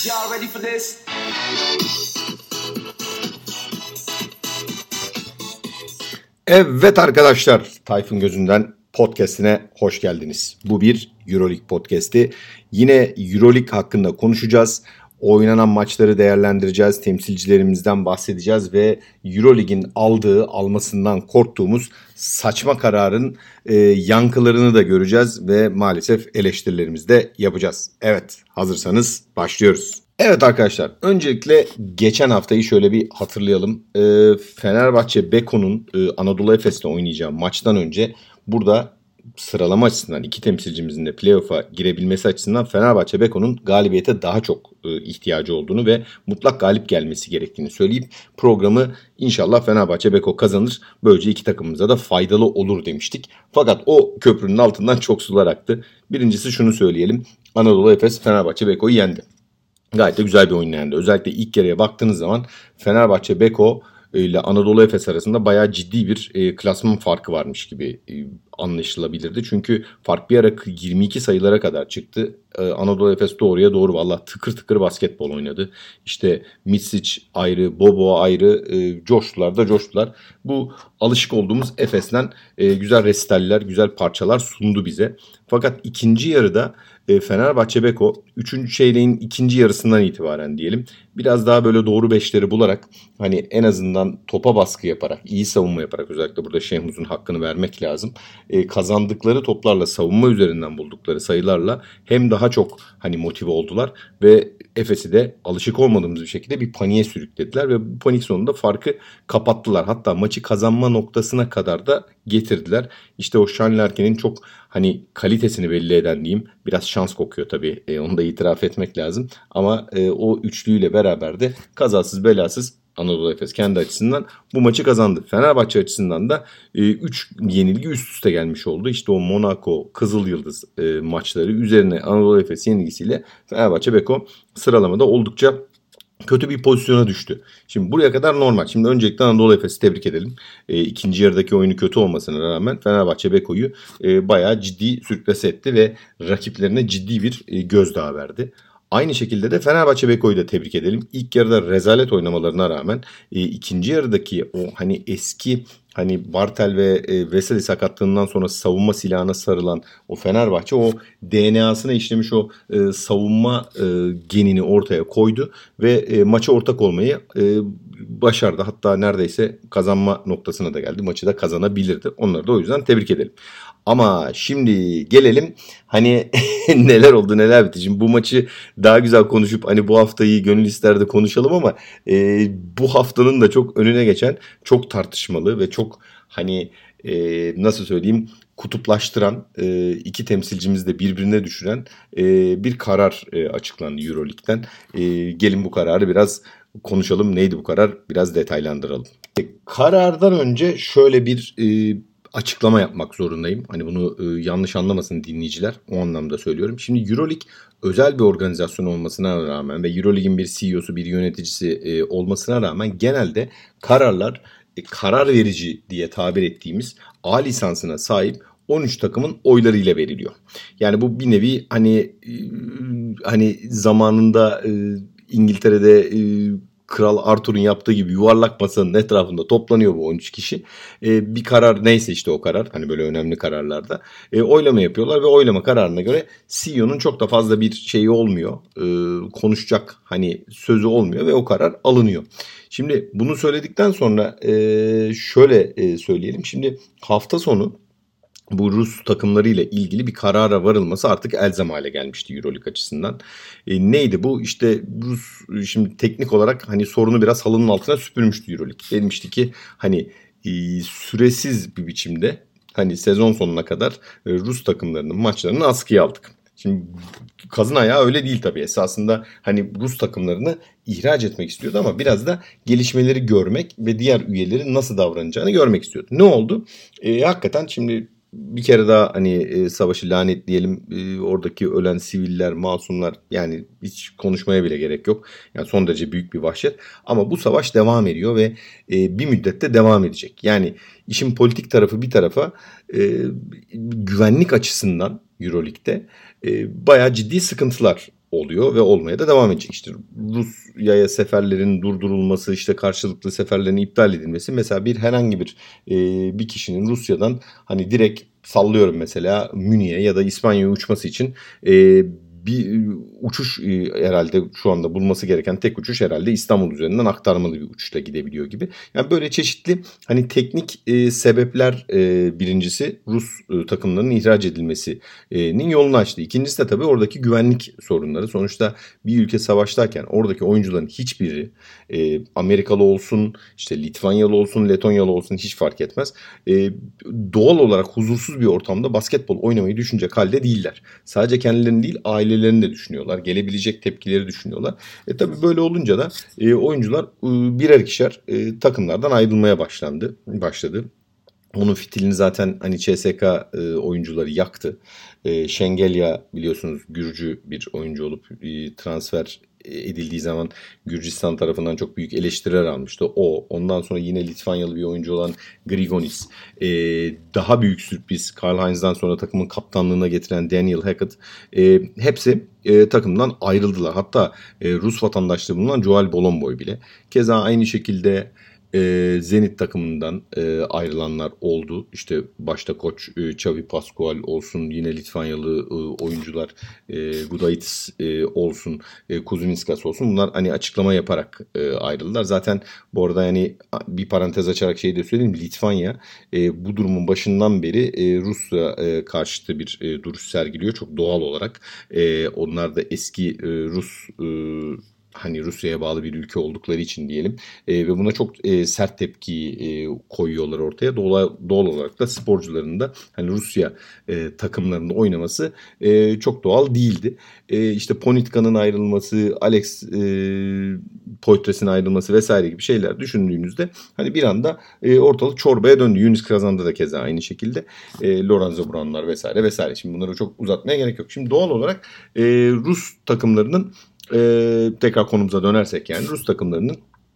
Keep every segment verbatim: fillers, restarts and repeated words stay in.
Y'all ready for this? Evet arkadaşlar, Tayfun Gözünden podcastine hoş geldiniz. Bu bir Euroleague podcasti. Yine Euroleague hakkında konuşacağız. Oynanan maçları değerlendireceğiz, temsilcilerimizden bahsedeceğiz ve Euroleague'in aldığı, almasından korktuğumuz saçma kararın e, yankılarını da göreceğiz ve maalesef eleştirilerimizi de yapacağız. Evet, hazırsanız başlıyoruz. Evet arkadaşlar, öncelikle geçen haftayı şöyle bir hatırlayalım. E, Fenerbahçe Beko'nun e, Anadolu Efes'le oynayacağı maçtan önce burada sıralama açısından iki temsilcimizin de playoff'a girebilmesi açısından Fenerbahçe Beko'nun galibiyete daha çok e, ihtiyacı olduğunu ve mutlak galip gelmesi gerektiğini söyleyip programı inşallah Fenerbahçe Beko kazanır. Böylece iki takımımıza da faydalı olur demiştik. Fakat o köprünün altından çok sular aktı. Birincisi şunu söyleyelim. Anadolu Efes Fenerbahçe Beko'yu yendi. Gayet de güzel bir oyun yendi. Özellikle ilk yarıya baktığınız zaman Fenerbahçe Beko ile Anadolu Efes arasında bayağı ciddi bir e, klasman farkı varmış gibi e, anlaşılabilirdi. Çünkü fark bir ara yirmi iki sayılara kadar çıktı. E, Anadolu Efes doğruya doğru valla tıkır tıkır basketbol oynadı. İşte Micic ayrı, Bobo ayrı e, coştular da coştular. Bu alışık olduğumuz Efes'ten e, güzel resitaller, güzel parçalar sundu bize. Fakat ikinci yarıda e, Fenerbahçe Beko üçüncü çeyreğin ikinci yarısından itibaren diyelim biraz daha böyle doğru beşleri bularak hani en azından topa baskı yaparak, iyi savunma yaparak, özellikle burada Şehmuz'un hakkını vermek lazım. E, kazandıkları toplarla, savunma üzerinden buldukları sayılarla hem daha çok hani motive oldular ve Efes'i de alışık olmadığımız bir şekilde bir paniğe sürüklediler ve bu panik sonunda farkı kapattılar. Hatta maçı kazanma noktasına kadar da getirdiler. İşte o Sean Larkin'in çok hani kalitesini belli eden diyeyim. Biraz şans kokuyor tabii. E, onu da itiraf etmek lazım. Ama e, o üçlüyle beraber de kazasız belasız Anadolu Efes kendi açısından bu maçı kazandı. Fenerbahçe açısından da üç e, yenilgi üst üste gelmiş oldu. İşte o Monaco, Kızılyıldız e, maçları üzerine Anadolu Efes yenilgisiyle Fenerbahçe Beko sıralamada oldukça kötü bir pozisyona düştü. Şimdi buraya kadar normal. Şimdi öncelikle Anadolu Efes'i tebrik edelim. E, ikinci yarıdaki oyunu kötü olmasına rağmen Fenerbahçe Beko'yu e, bayağı ciddi sürklase etti ve rakiplerine ciddi bir e, gözdağı verdi. Aynı şekilde de Fenerbahçe Beko'yu da tebrik edelim. İlk yarıda rezalet oynamalarına rağmen e, ikinci yarıdaki o hani eski hani Bartel ve e, Veseli sakatlığından sonra savunma silahına sarılan o Fenerbahçe o D N A'sına işlemiş o e, savunma e, genini ortaya koydu ve e, maça ortak olmayı e, başardı. Hatta neredeyse kazanma noktasına da geldi. Maçı da kazanabilirdi. Onları da o yüzden tebrik edelim. Ama şimdi gelelim hani neler oldu neler bitti. Şimdi bu maçı daha güzel konuşup hani bu haftayı gönül ister de konuşalım ama e, bu haftanın da çok önüne geçen çok tartışmalı ve çok hani e, nasıl söyleyeyim kutuplaştıran e, iki temsilcimizi de birbirine düşüren e, bir karar e, açıklandı Euroleague'den. E, gelin bu kararı biraz konuşalım. Neydi bu karar? Biraz detaylandıralım. E, karardan önce şöyle bir e, açıklama yapmak zorundayım. Hani bunu e, yanlış anlamasın dinleyiciler. O anlamda söylüyorum. Şimdi Euroleague özel bir organizasyon olmasına rağmen ve Euroleague'in bir C E O'su, bir yöneticisi e, olmasına rağmen genelde kararlar e, karar verici diye tabir ettiğimiz A lisansına sahip on üç takımın oylarıyla veriliyor. Yani bu bir nevi hani e, hani zamanında e, İngiltere'de e, Kral Arthur'un yaptığı gibi yuvarlak masanın etrafında toplanıyor bu on üç kişi. Ee, bir karar neyse işte o karar hani böyle önemli kararlarda e, oylama yapıyorlar ve oylama kararına göre C E O'nun çok da fazla bir şeyi olmuyor. E, konuşacak hani sözü olmuyor ve o karar alınıyor. Şimdi bunu söyledikten sonra e, şöyle e, söyleyelim. Şimdi hafta sonu bu Rus takımlarıyla ilgili bir karara varılması artık elzem hale gelmişti Euroleague açısından. E, neydi bu? İşte Rus şimdi teknik olarak hani sorunu biraz halının altına süpürmüştü Euroleague. Demişti ki hani e, süresiz bir biçimde hani sezon sonuna kadar e, Rus takımlarının maçlarını askıya aldık. Şimdi kazın ayağı öyle değil tabii. Esasında hani Rus takımlarını ihraç etmek istiyordu ama biraz da gelişmeleri görmek ve diğer üyelerin nasıl davranacağını görmek istiyordu. Ne oldu? E, hakikaten şimdi bir kere daha hani e, savaşı lanetleyelim. E, oradaki ölen siviller, masumlar yani hiç konuşmaya bile gerek yok. Yani son derece büyük bir vahşet. Ama bu savaş devam ediyor ve e, bir müddette devam edecek. Yani işin politik tarafı bir tarafa e, güvenlik açısından Euroleague'de e, bayağı ciddi sıkıntılar oluyor ve olmaya da devam edecek. İşte Rusya'ya seferlerin durdurulması, işte karşılıklı seferlerin iptal edilmesi, mesela bir herhangi bir e, bir kişinin Rusya'dan hani direkt sallıyorum mesela Münih'e ya da İspanya'ya uçması için e, bir uçuş e, herhalde şu anda bulması gereken tek uçuş herhalde İstanbul üzerinden aktarmalı bir uçuşla gidebiliyor gibi. Yani böyle çeşitli hani teknik e, sebepler e, birincisi Rus e, takımlarının ihraç edilmesinin yolunu açtı. İkincisi de tabii oradaki güvenlik sorunları. Sonuçta bir ülke savaştayken oradaki oyuncuların hiçbiri e, Amerikalı olsun, işte Litvanyalı olsun, Letonyalı olsun hiç fark etmez. E, doğal olarak huzursuz bir ortamda basketbol oynamayı düşünecek halde değiller. Sadece kendilerini değil ailelerini de düşünüyorlar. Gelebilecek tepkileri düşünüyorlar. E tabii böyle olunca da e, oyuncular e, birer ikişer e, takımlardan ayrılmaya başlandı, başladı. Onun fitilini zaten hani C S K e, oyuncuları yaktı. E, Şengelya biliyorsunuz Gürcü bir oyuncu olup e, transfer edildiği zaman Gürcistan tarafından çok büyük eleştiriler almıştı. O, ondan sonra yine Litvanyalı bir oyuncu olan Grigonis. E, daha büyük sürpriz Karl-Heinz'dan sonra takımın kaptanlığına getiren Daniel Hackett. E, hepsi e, takımdan ayrıldılar. Hatta e, Rus vatandaşlığı bulunan Joel Bolomboy bile. Keza aynı şekilde e, Zenit takımından e, ayrılanlar oldu. İşte başta koç e, Xavi Pascual olsun, yine Litvanyalı e, oyuncular e, Gudaitis e, olsun, e, Kuzminskas olsun. Bunlar hani açıklama yaparak e, ayrıldılar. Zaten bu arada yani bir parantez açarak şey de söyleyeyim. Litvanya e, bu durumun başından beri e, Rusya e, karşıtı bir e, duruş sergiliyor. Çok doğal olarak. E, onlar da eski e, Rus e, hani Rusya'ya bağlı bir ülke oldukları için diyelim e, ve buna çok e, sert tepki e, koyuyorlar ortaya. Doğal, doğal olarak da sporcuların da hani Rusya e, takımlarında oynaması e, çok doğal değildi. E, işte Ponitka'nın ayrılması, Alex e, Poitras'ın ayrılması vesaire gibi şeyler düşündüğünüzde hani bir anda e, ortalık çorbaya döndü. Yunis Kazan'da da keza aynı şekilde e, Lorenzo Brown'lar vesaire vesaire. Şimdi bunları çok uzatmaya gerek yok. Şimdi doğal olarak e, Rus takımlarının Ee, tekrar konumuza dönersek yani Rus takımlarının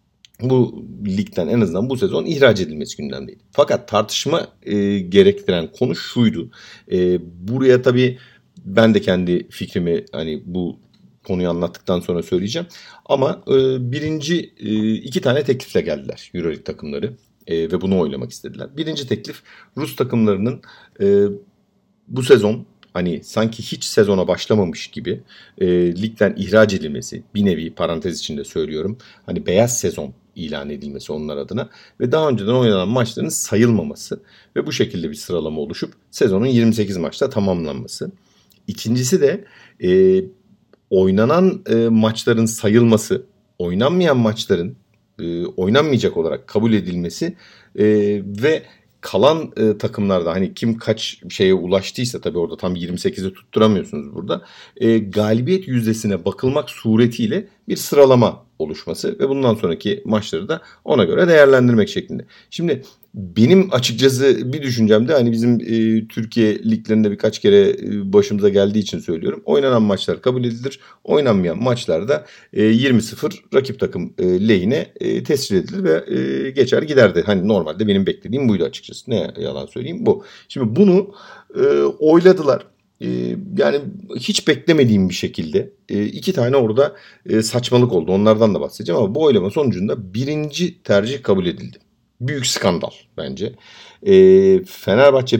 bu ligden en azından bu sezon ihraç edilmesi gündemdeydi. Fakat tartışma e, gerektiren konu şuydu. E, buraya tabii ben de kendi fikrimi hani bu konuyu anlattıktan sonra söyleyeceğim. Ama e, birinci e, iki tane teklifle geldiler Euroleague takımları e, ve bunu oylamak istediler. Birinci teklif Rus takımlarının e, bu sezon hani sanki hiç sezona başlamamış gibi e, ligden ihraç edilmesi, bir nevi parantez içinde söylüyorum, hani beyaz sezon ilan edilmesi onlar adına ve daha önceden oynanan maçların sayılmaması ve bu şekilde bir sıralama oluşup sezonun yirmi sekiz maçta tamamlanması. İkincisi de e, oynanan e, maçların sayılması, oynanmayan maçların e, oynanmayacak olarak kabul edilmesi e, ve kalan e, takımlarda hani kim kaç şeye ulaştıysa tabii orada tam yirmi sekizi tutturamıyorsunuz burada. E, galibiyet yüzdesine bakılmak suretiyle bir sıralama oluşması ve bundan sonraki maçları da ona göre değerlendirmek şeklinde. Şimdi benim açıkçası bir düşüncem de hani bizim e, Türkiye liglerinde birkaç kere e, başımıza geldiği için söylüyorum. Oynanan maçlar kabul edilir. Oynanmayan maçlarda e, yirmi sıfır rakip takım e, lehine e, tescil edilir ve e, geçer giderdi. Hani normalde benim beklediğim buydu açıkçası. Ne yalan söyleyeyim bu. Şimdi bunu e, oyladılar. E, yani hiç beklemediğim bir şekilde e, iki tane orada e, saçmalık oldu. Onlardan da bahsedeceğim ama bu oylama sonucunda birinci tercih kabul edildi. Büyük skandal bence. E, Fenerbahçe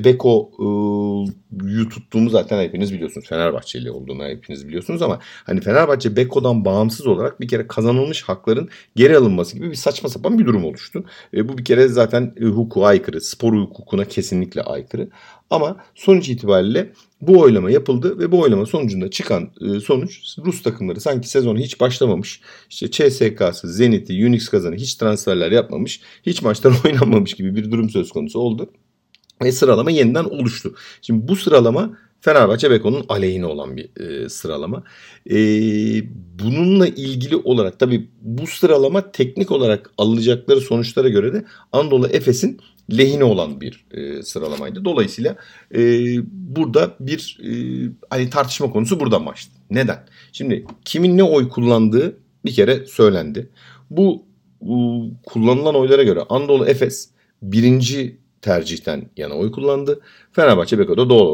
Beko'yu tuttuğumu zaten hepiniz biliyorsunuz. Fenerbahçeli olduğunu hepiniz biliyorsunuz ama hani Fenerbahçe Beko'dan bağımsız olarak bir kere kazanılmış hakların geri alınması gibi bir saçma sapan bir durum oluştu. E, bu bir kere zaten e, hukuka aykırı, spor hukukuna kesinlikle aykırı. Ama sonuç itibariyle bu oylama yapıldı ve bu oylama sonucunda çıkan e, sonuç Rus takımları sanki sezonu hiç başlamamış. İşte C S K'sı, Zenit'i, Unix Kazan'ı hiç transferler yapmamış. Hiç maçlar oynanmamış gibi bir durum söz konusu oldu. Ve sıralama yeniden oluştu. Şimdi bu sıralama Fenerbahçe Beko'nun aleyhine olan bir e, sıralama. E, bununla ilgili olarak tabii bu sıralama teknik olarak alınacakları sonuçlara göre de Anadolu Efes'in lehine olan bir e, sıralamaydı. Dolayısıyla e, burada bir e, hani tartışma konusu buradan başladı. Neden? Şimdi kimin ne oy kullandığı bir kere söylendi. Bu, bu kullanılan oylara göre Anadolu Efes birinci tercihten yana oy kullandı. Fenerbahçe Beko da doğal olarak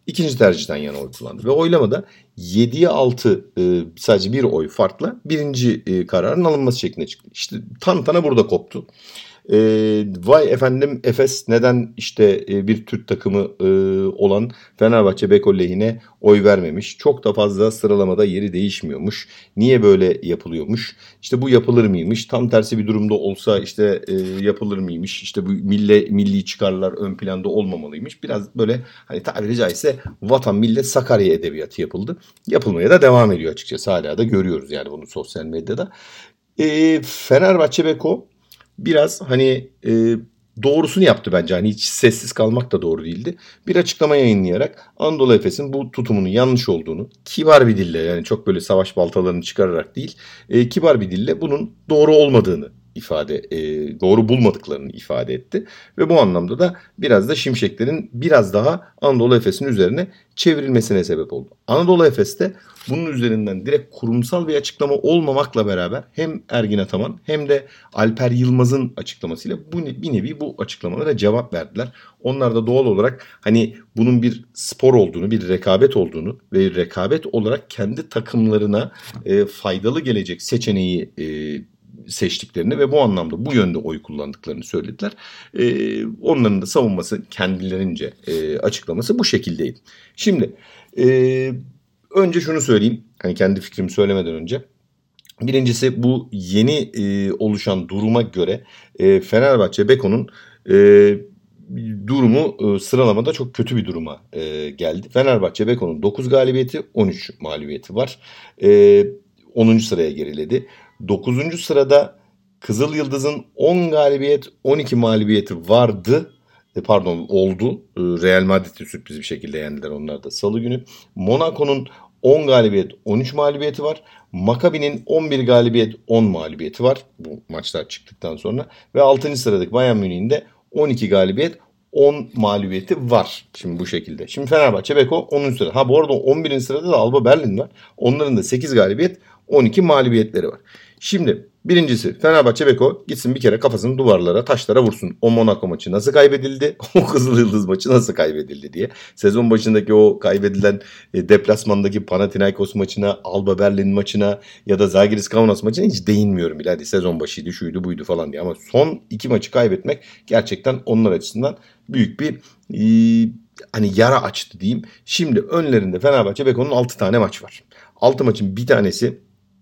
ikinci tercihten yana oy kullandı. Ve oylamada yediye altı e, sadece bir oy farkla birinci e, kararın alınması şeklinde çıktı. İşte tantana burada koptu. E, vay efendim Efes neden işte e, bir Türk takımı e, olan Fenerbahçe Beko lehine oy vermemiş? Çok da fazla sıralamada yeri değişmiyormuş. Niye böyle yapılıyormuş? İşte bu yapılır mıymış? Tam tersi bir durumda olsa işte e, yapılır mıymış? İşte bu milli, milli çıkarlar ön planda olmamalıymış. Biraz böyle hani tabiri caizse vatan millet Sakarya edebiyatı yapıldı. Yapılmaya da devam ediyor açıkçası. Hala da görüyoruz yani bunu sosyal medyada. E, Fenerbahçe Beko biraz hani e, doğrusunu yaptı bence. Hani hiç sessiz kalmak da doğru değildi. Bir açıklama yayınlayarak Anadolu Efes'in bu tutumunun yanlış olduğunu kibar bir dille, yani çok böyle savaş baltalarını çıkararak değil, e, kibar bir dille bunun doğru olmadığını ifade, e, doğru bulmadıklarını ifade etti. Ve bu anlamda da biraz da şimşeklerin biraz daha Anadolu Efes'in üzerine çevrilmesine sebep oldu. Anadolu Efes'te bunun üzerinden direkt kurumsal bir açıklama olmamakla beraber hem Ergin Ataman hem de Alper Yılmaz'ın açıklamasıyla bu bir nevi bu açıklamalara cevap verdiler. Onlar da doğal olarak hani bunun bir spor olduğunu, bir rekabet olduğunu ve rekabet olarak kendi takımlarına e, faydalı gelecek seçeneği e, seçtiklerini ve bu anlamda bu yönde oy kullandıklarını söylediler. Ee, onların da savunması kendilerince e, açıklaması bu şekildeydi. Şimdi e, önce şunu söyleyeyim. Hani kendi fikrimi söylemeden önce. Birincisi bu yeni e, oluşan duruma göre e, Fenerbahçe Beko'nun e, durumu e, sıralamada çok kötü bir duruma e, geldi. Fenerbahçe Beko'nun dokuz galibiyeti, on üç mağlubiyeti var. E, onuncu sıraya geriledi. dokuzuncu sırada Kızıl Yıldız'ın on galibiyet, on iki mağlubiyeti vardı. E, pardon oldu. E, Real Madrid'i sürpriz bir şekilde yendiler onlar da salı günü. Monaco'nun on galibiyet, on üç mağlubiyeti var. Maccabi'nin on bir galibiyet, on mağlubiyeti var. Bu maçlar çıktıktan sonra. Ve altıncı sıradaki Bayern Münih'in de on iki galibiyet, on mağlubiyeti var. Şimdi bu şekilde. Şimdi Fenerbahçe Beko onuncu sırada. Ha bu arada on birinci sırada da Alba Berlin var. Onların da sekiz galibiyet, on iki mağlubiyetleri var. Şimdi birincisi Fenerbahçe Beko gitsin bir kere kafasını duvarlara, taşlara vursun. O Monaco maçı nasıl kaybedildi? O Kızıl Yıldız maçı nasıl kaybedildi diye. Sezon başındaki o kaybedilen e, deplasmandaki Panathinaikos maçına, Alba Berlin maçına ya da Zalgiris Kaunas maçına hiç değinmiyorum bile. Hadi sezon başıydı, şuydu, buydu falan diye. Ama son iki maçı kaybetmek gerçekten onlar açısından büyük bir e, hani yara açtı diyeyim. Şimdi önlerinde Fenerbahçe Beko'nun altı tane maç var. altı maçın bir tanesi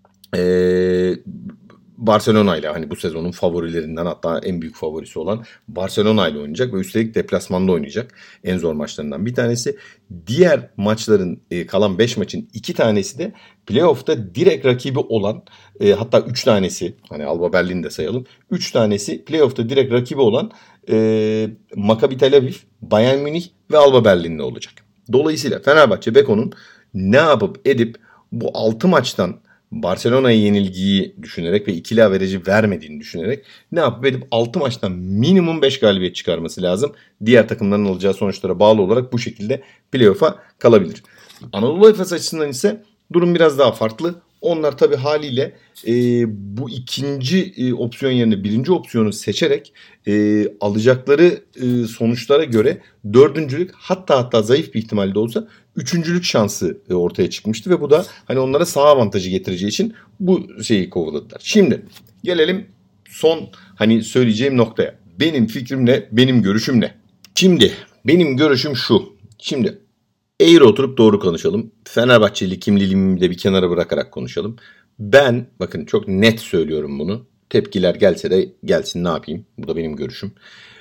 Ee, Barcelona ile hani bu sezonun favorilerinden hatta en büyük favorisi olan Barcelona ile oynayacak ve üstelik deplasmanda oynayacak. En zor maçlarından bir tanesi. Diğer maçların e, kalan beş maçın iki tanesi de playoff'ta direkt rakibi olan e, hatta üç tanesi hani Alba Berlin'i de sayalım. üç tanesi playoff'ta direkt rakibi olan e, Maccabi Tel Aviv, Bayern Münih ve Alba Berlin'le olacak. Dolayısıyla Fenerbahçe Beko'nun ne yapıp edip bu altı maçtan Barcelona'ya yenilgiyi düşünerek ve ikili averajı vermediğini düşünerek ne yapıp edip altı maçtan minimum beş galibiyet çıkarması lazım. Diğer takımların alacağı sonuçlara bağlı olarak bu şekilde playoff'a kalabilir. Anadolu Efes açısından ise durum biraz daha farklı. Onlar tabii haliyle e, bu ikinci e, opsiyon yerine birinci opsiyonu seçerek e, alacakları e, sonuçlara göre dördüncülük hatta hatta zayıf bir ihtimalle de olsa üçüncülük şansı e, ortaya çıkmıştı ve bu da hani onlara sağ avantajı getireceği için bu şeyi kovaladılar. Şimdi gelelim son hani söyleyeceğim noktaya. Benim fikrim ne? Benim görüşüm ne? Şimdi benim görüşüm şu. Şimdi eğri oturup doğru konuşalım. Fenerbahçeli kimliğimi de bir kenara bırakarak konuşalım. Ben bakın çok net söylüyorum bunu. Tepkiler gelse de gelsin ne yapayım. Bu da benim görüşüm.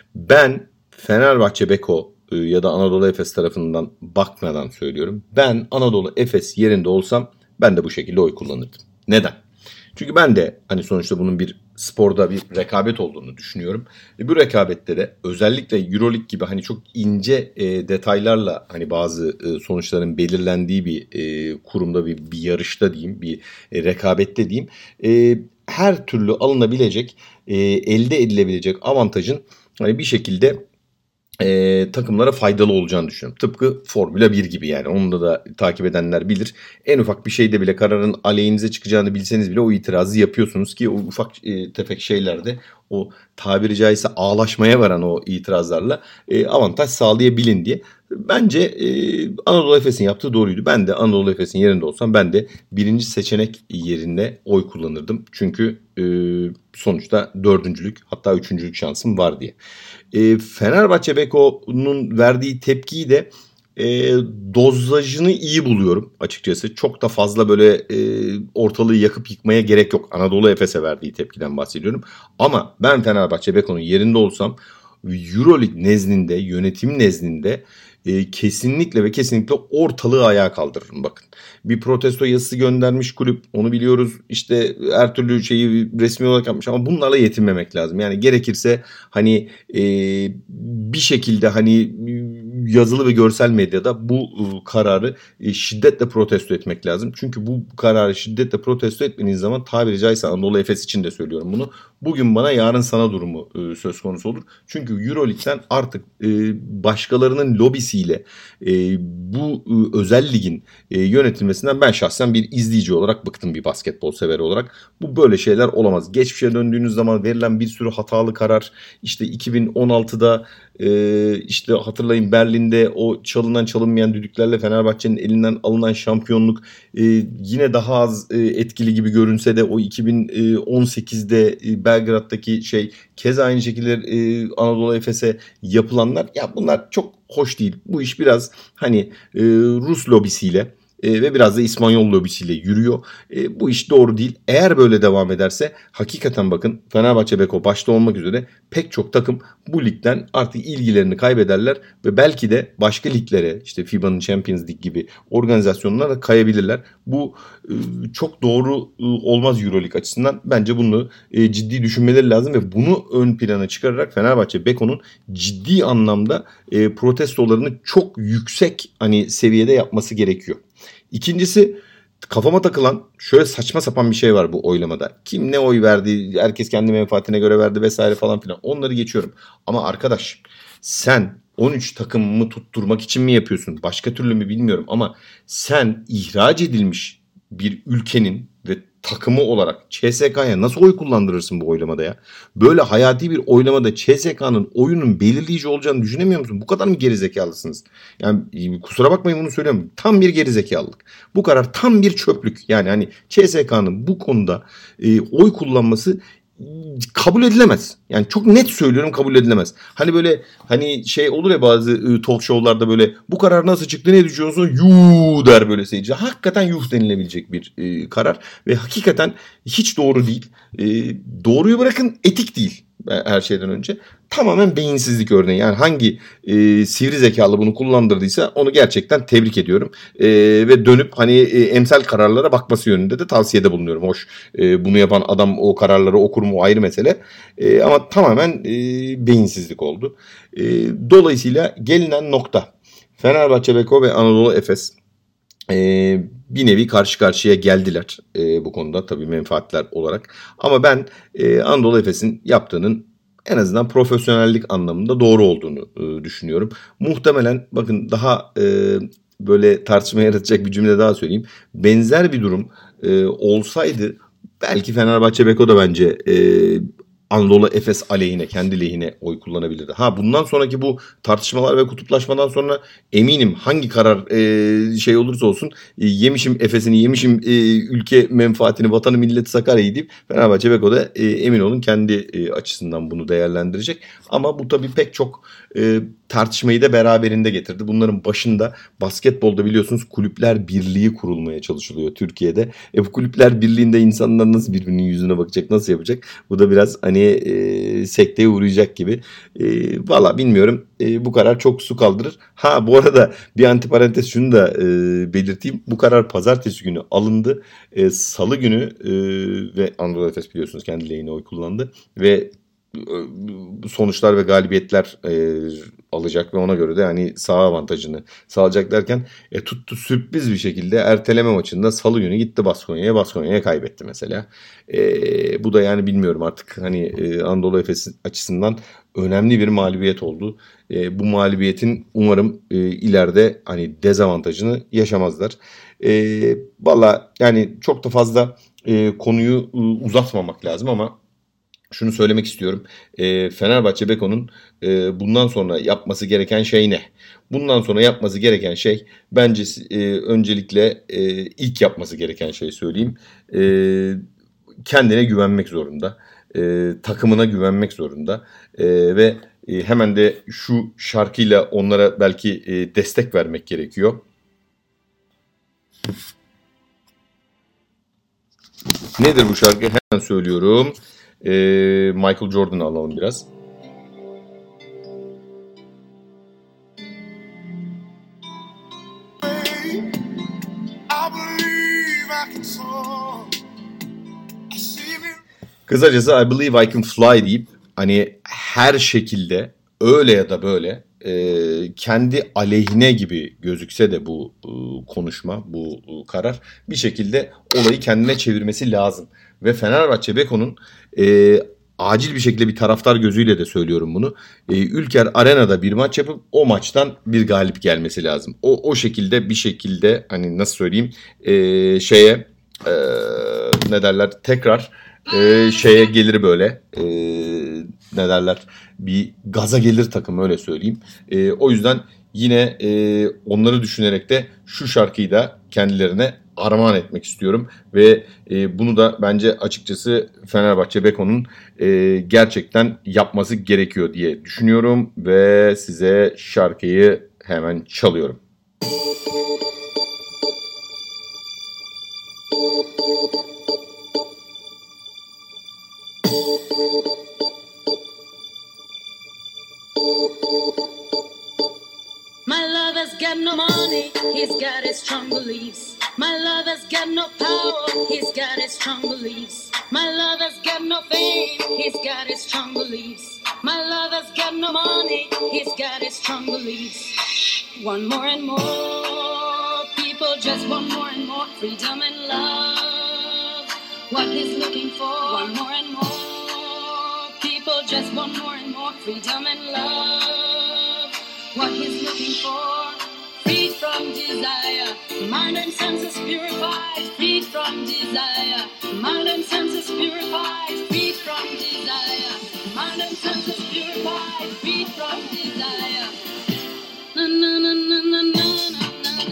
Ben Fenerbahçe Beko ya da Anadolu Efes tarafından bakmadan söylüyorum. Ben Anadolu Efes yerinde olsam ben de bu şekilde oy kullanırdım. Neden? Çünkü ben de hani sonuçta bunun bir sporda bir rekabet olduğunu düşünüyorum. Ve bu rekabette de özellikle Euroleague gibi hani çok ince e, detaylarla hani bazı e, sonuçların belirlendiği bir e, kurumda bir, bir yarışta diyeyim, bir e, rekabette diyeyim. E, her türlü alınabilecek, e, elde edilebilecek avantajın hani bir şekilde e, takımlara faydalı olacağını düşünüyorum. Tıpkı Formula bir gibi yani. Onu da takip edenler bilir. En ufak bir şeyde bile kararın aleyhinize çıkacağını bilseniz bile o itirazı yapıyorsunuz ki o ufak e, tefek şeylerde o tabiri caizse ağlaşmaya varan o itirazlarla e, avantaj sağlayabilin diye. Bence e, Anadolu Efes'in yaptığı doğruydu. Ben de Anadolu Efes'in yerinde olsam ben de birinci seçenek yerine oy kullanırdım. Çünkü e, sonuçta dördüncülük hatta üçüncülük şansım var diye. E, Fenerbahçe Beko'nun verdiği tepkiyi de e, dozajını iyi buluyorum açıkçası. Çok da fazla böyle e, ortalığı yakıp yıkmaya gerek yok. Anadolu Efes'e verdiği tepkiden bahsediyorum. Ama ben Fenerbahçe Beko'nun yerinde olsam Euroleague nezdinde, yönetim nezdinde e, kesinlikle ve kesinlikle ortalığı ayağa kaldırırım. Bakın, bir protesto yazısı göndermiş kulüp, onu biliyoruz. İşte her türlü şeyi resmi olarak yapmış ama bunlarla yetinmemek lazım. Yani gerekirse hani e, bir şekilde hani yazılı ve görsel medyada bu e, kararı e, şiddetle protesto etmek lazım. Çünkü bu kararı şiddetle protesto etmeniz zaman, tabiri caizse Anadolu Efes için de söylüyorum bunu, bugün bana yarın sana durumu e, söz konusu olur. Çünkü Euroleague'den artık e, başkalarının lobisiyle e, bu e, özel ligin e, yönetilmesinden ben şahsen bir izleyici olarak bıktım, bir basketbol severi olarak. Bu böyle şeyler olamaz. Geçmişe döndüğünüz zaman verilen bir sürü hatalı karar, işte iki bin on altıda e, işte hatırlayın Berlin'de o çalınan çalınmayan düdüklerle Fenerbahçe'nin elinden alınan şampiyonluk e, yine daha az e, etkili gibi görünse de o iki bin on sekizde e, Belgrad'daki şey, keza aynı şekilde e, Anadolu Efes'e yapılanlar, ya bunlar çok hoş değil. Bu iş biraz hani e, Rus lobisiyle e, ve biraz da İspanyol lobisiyle yürüyor. E, bu iş doğru değil. Eğer böyle devam ederse hakikaten bakın, Fenerbahçe Beko başta olmak üzere pek çok takım bu ligden artık ilgilerini kaybederler ve belki de başka liglere, işte FIBA'nın Champions League gibi organizasyonlara kayabilirler. Bu e, çok doğru e, olmaz Euroleague açısından. Bence bunu e, ciddi düşünmeleri lazım ve bunu ön plana çıkararak Fenerbahçe Beko'nun ciddi anlamda e, protestolarını çok yüksek hani seviyede yapması gerekiyor. İkincisi, kafama takılan şöyle saçma sapan bir şey var bu oylamada. Kim ne oy verdi, herkes kendi menfaatine göre verdi vesaire falan filan. Onları geçiyorum. Ama arkadaş, sen on üç takımımı tutturmak için mi yapıyorsun? Başka türlü mü bilmiyorum ama sen ihraç edilmiş bir ülkenin ve takımı olarak C S K'ya nasıl oy kullandırırsın bu oylamada ya? Böyle hayati bir oylamada C S K'nın oyunun belirleyici olacağını düşünemiyor musun? Bu kadar mı gerizekalısınız? Yani kusura bakmayın, bunu söylüyorum. Tam bir gerizekalılık. Bu karar tam bir çöplük. Yani hani C S K'nın bu konuda e, oy kullanması kabul edilemez. Yani çok net söylüyorum, kabul edilemez. Hani böyle hani şey olur ya bazı e, talk show'larda, böyle bu karar nasıl çıktı, ne düşünüyorsun? Yuh der böyle seyirci. Hakikaten yuh denilebilecek bir e, karar ve hakikaten hiç doğru değil. E, doğruyu bırakın, etik değil her şeyden önce. Tamamen beyinsizlik örneği. Yani hangi e, sivri zekalı bunu kullandırdıysa onu gerçekten tebrik ediyorum. E, ve dönüp hani e, emsal kararlara bakması yönünde de tavsiyede bulunuyorum. Hoş, e, bunu yapan adam o kararları okur mu ayrı mesele. E, ama tamamen e, beyinsizlik oldu. E, dolayısıyla gelinen nokta, Fenerbahçe Beko ve Anadolu Efes Ee, bir nevi karşı karşıya geldiler e, bu konuda, tabii menfaatler olarak. Ama ben e, Anadolu Efes'in yaptığının en azından profesyonellik anlamında doğru olduğunu e, düşünüyorum. Muhtemelen bakın, daha e, böyle tartışma yaratacak bir cümle daha söyleyeyim. Benzer bir durum e, olsaydı belki Fenerbahçe Beko da bence e, Anadolu Efes aleyhine, kendi lehine oy kullanabilirdi. Ha, bundan sonraki bu tartışmalar ve kutuplaşmadan sonra eminim hangi karar e, şey olursa olsun e, yemişim Efes'ini, yemişim e, ülke menfaatini, vatanı milleti Sakarya'yı deyip Fenerbahçe Beko da e, emin olun kendi e, açısından bunu değerlendirecek. Ama bu tabii pek çok e, tartışmayı da beraberinde getirdi. Bunların başında basketbolda biliyorsunuz Kulüpler Birliği kurulmaya çalışılıyor Türkiye'de. E bu Kulüpler Birliği'nde insanlar nasıl birbirinin yüzüne bakacak, nasıl yapacak? Bu da biraz hani e, sekteye uğrayacak gibi. E, Valla bilmiyorum. E, bu karar çok su kaldırır. Ha, bu arada bir antiparantez şunu da e, belirteyim. Bu karar pazartesi günü alındı. E, Salı günü e, ve Anadolu Efes biliyorsunuz kendi lehine oy kullandı ve sonuçlar ve galibiyetler e, alacak ve ona göre de hani saha avantajını sağlayacak derken e, tuttu sürpriz bir şekilde erteleme maçında Salı günü gitti Baskonya'ya, Baskonya'ya kaybetti mesela. E, bu da yani bilmiyorum artık hani e, Anadolu Efes açısından önemli bir mağlubiyet oldu. E, bu mağlubiyetin umarım e, ileride hani dezavantajını yaşamazlar. E, Valla yani çok da fazla e, konuyu e, uzatmamak lazım ama şunu söylemek istiyorum. E, Fenerbahçe Beko'nun e, bundan sonra yapması gereken şey ne? Bundan sonra yapması gereken şey bence e, öncelikle e, ilk yapması gereken şey söyleyeyim. E, kendine güvenmek zorunda. E, takımına güvenmek zorunda. E, ve e, hemen de şu şarkıyla onlara belki e, destek vermek gerekiyor. Nedir bu şarkı? Hemen söylüyorum. E, Michael Jordan'ı alalım biraz. Kısacası I believe I can fly deyip hani her şekilde öyle ya da böyle e, kendi aleyhine gibi gözükse de bu e, konuşma, bu e, karar bir şekilde olayı kendine çevirmesi lazım. Ve Fenerbahçe Beko'nun e, acil bir şekilde bir taraftar gözüyle de söylüyorum bunu. E, Ülker Arena'da bir maç yapıp o maçtan bir galip gelmesi lazım. O o şekilde bir şekilde hani nasıl söyleyeyim e, şeye e, ne derler tekrar e, şeye gelir böyle e, ne derler bir gaza gelir takım öyle söyleyeyim. E, o yüzden yine e, onları düşünerek de şu şarkıyı da kendilerine armağan etmek istiyorum ve e, bunu da bence açıkçası Fenerbahçe Beko'nun e, gerçekten yapması gerekiyor diye düşünüyorum ve size şarkıyı hemen çalıyorum. My lover's got no money, he's got his strong beliefs. My lover's got no power, he's got his strong beliefs. My lover's got no fame, he's got his strong beliefs. My lover's got no money, he's got his strong beliefs. One more and more, people just want more and more freedom and love. What he's looking for, one more and more, people just want more and more freedom and love. What he's looking for, freed from desire, mind and senses purified, freed from desire, mind and senses purified, freed from desire, mind and senses purified, freed from desire. Na na na na na na na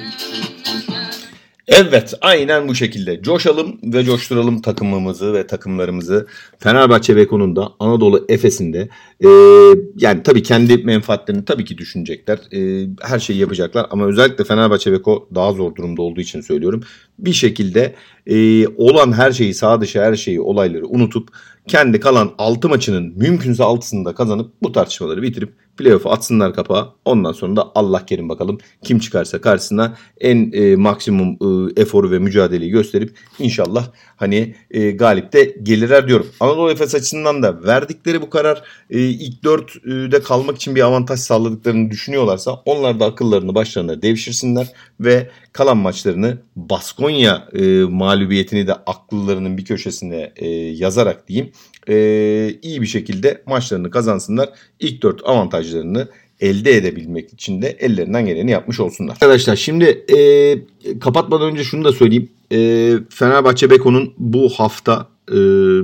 na na. Evet, aynen bu şekilde coşalım ve coşturalım takımımızı ve takımlarımızı. Fenerbahçe Beko'nun da Anadolu Efes'in de e, yani tabii kendi menfaatlerini tabii ki düşünecekler. E, her şeyi yapacaklar ama özellikle Fenerbahçe Beko daha zor durumda olduğu için söylüyorum. Bir şekilde e, olan her şeyi, sağ dışı her şeyi, olayları unutup kendi kalan altı maçının mümkünse altısını da kazanıp bu tartışmaları bitirip playoff'a atsınlar kapağı. Ondan sonra da Allah kerim bakalım kim çıkarsa karşısına en e, maksimum e, eforu ve mücadeleyi gösterip inşallah hani e, galip de gelirler diyorum. Anadolu Efes açısından da verdikleri bu karar e, ilk dörtte kalmak için bir avantaj sağladıklarını düşünüyorlarsa onlar da akıllarını başlarına devşirsinler ve kalan maçlarını Baskonya e, mağlubiyetini de akıllarının bir köşesine e, yazarak diyeyim e, iyi bir şekilde maçlarını kazansınlar. İlk dört avantajlarını elde edebilmek için de ellerinden geleni yapmış olsunlar. Arkadaşlar şimdi e, kapatmadan önce şunu da söyleyeyim. E, Fenerbahçe Beko'nun bu hafta e,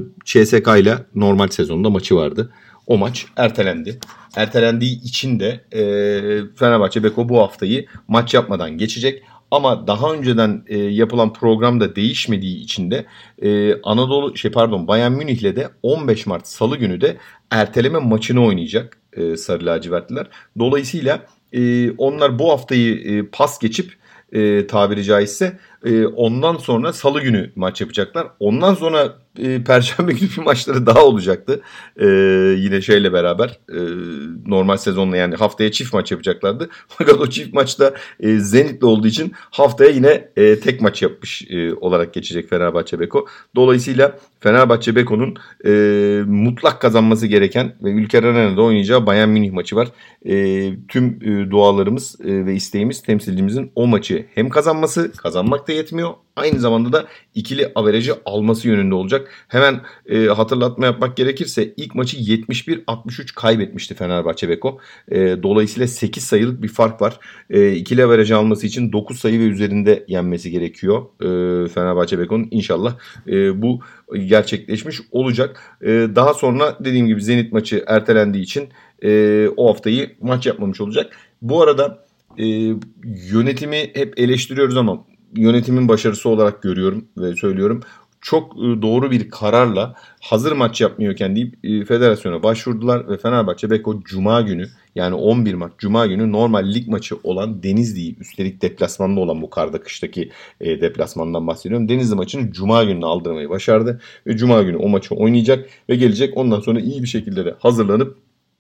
C S K ile normal sezonda maçı vardı. O maç ertelendi. Ertelendiği için de e, Fenerbahçe Beko bu haftayı maç yapmadan geçecek. Ama daha önceden e, yapılan programda değişmediği için de e, Anadolu şey pardon Bayern Münih'le de on beş Mart Salı günü de erteleme maçını oynayacak e, Sarı Lacivertliler. Dolayısıyla e, onlar bu haftayı e, pas geçip e, tabiri caizse e, ondan sonra Salı günü maç yapacaklar. Ondan sonra e, Perşembe günü bir maçları daha olacaktı. E, yine şeyle beraber e, normal sezonla yani haftaya çift maç yapacaklardı. Fakat o çift maçta e, Zenit'le olduğu için haftaya yine e, tek maç yapmış e, olarak geçecek Fenerbahçe Beko. Dolayısıyla Fenerbahçe Beko'nun e, mutlak kazanması gereken ve Ülker Arena'da oynayacağı Bayern Münih maçı var. E, tüm e, dualarımız e, ve isteğimiz temsilcimizin o maçı hem kazanması, kazanmak da yetmiyor. Aynı zamanda da ikili averajı alması yönünde olacak. Hemen e, hatırlatma yapmak gerekirse ilk maçı yetmiş bir altmış üç kaybetmişti Fenerbahçe Beko. E, dolayısıyla sekiz sayılık bir fark var. E, ikili averajı alması için dokuz sayı ve üzerinde yenmesi gerekiyor e, Fenerbahçe Beko'nun. İnşallah e, bu gerçekleşmiş olacak. E, daha sonra dediğim gibi Zenit maçı ertelendiği için e, o haftayı maç yapmamış olacak. Bu arada e, yönetimi hep eleştiriyoruz ama yönetimin başarısı olarak görüyorum ve söylüyorum. Çok doğru bir kararla hazır maç yapmıyorken deyip e, federasyona başvurdular ve Fenerbahçe Beko Cuma günü, yani on bir Mart Cuma günü normal lig maçı olan Denizli'yi, üstelik deplasmanda olan, bu karda kıştaki e, deplasmandan bahsediyorum, Denizli maçını Cuma gününe aldırmayı başardı ve Cuma günü o maçı oynayacak ve gelecek, ondan sonra iyi bir şekilde de hazırlanıp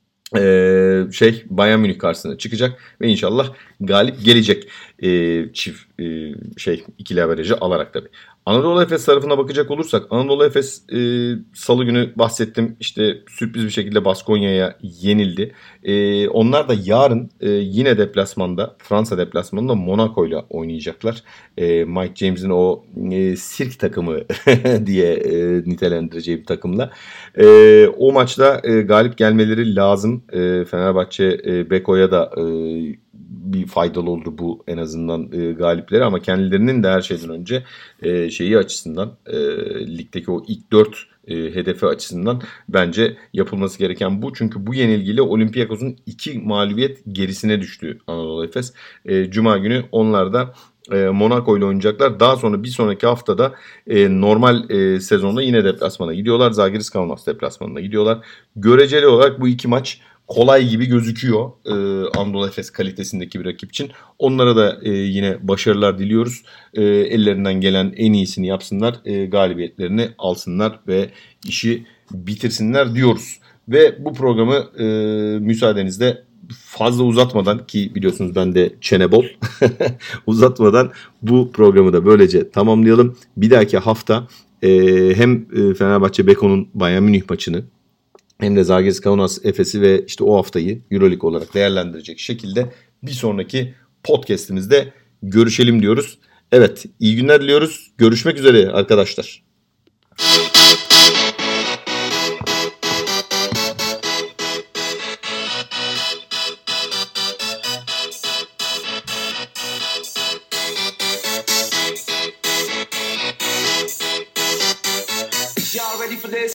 Ee, şey Bayern Münih karşısına çıkacak ve inşallah galip gelecek, ee, çift ee, şey ikili averajı alarak tabii. Anadolu Efes tarafına bakacak olursak, Anadolu Efes e, salı günü bahsettim, işte sürpriz bir şekilde Baskonya'ya yenildi. E, onlar da yarın e, yine deplasmanda, Fransa deplasmanında Monaco ile oynayacaklar. E, Mike James'in o e, sirk takımı diye e, nitelendireceğim takımla. E, o maçta e, galip gelmeleri lazım. E, Fenerbahçe e, Beko'ya da e, bir faydalı oldu bu en azından e, galipleri, ama kendilerinin de her şeyden önce e, şeyi açısından, e, ligdeki o ilk dört e, hedefi açısından bence yapılması gereken bu. Çünkü bu yenilgiyle Olympiakos'un iki mağlubiyet gerisine düştü Anadolu Efes. E, Cuma günü onlar da e, Monaco ile oynayacaklar. Daha sonra bir sonraki haftada e, normal e, sezonda yine deplasmana gidiyorlar. Zalgiris Kaunas deplasmanına gidiyorlar. Göreceli olarak bu iki maç kolay gibi gözüküyor e, Anadolu Efes kalitesindeki bir rakip için. Onlara da e, yine başarılar diliyoruz. E, ellerinden gelen en iyisini yapsınlar, e, galibiyetlerini alsınlar ve işi bitirsinler diyoruz. Ve bu programı e, müsaadenizle fazla uzatmadan, ki biliyorsunuz ben de çene bol, uzatmadan bu programı da böylece tamamlayalım. Bir dahaki hafta e, hem Fenerbahçe Beko'nun Bayern Münih maçını, hem de Zalgiris Kaunas Efes'i ve işte o haftayı EuroLeague olarak değerlendirecek şekilde bir sonraki podcast'imizde görüşelim diyoruz. Evet, iyi günler diliyoruz. Görüşmek üzere arkadaşlar.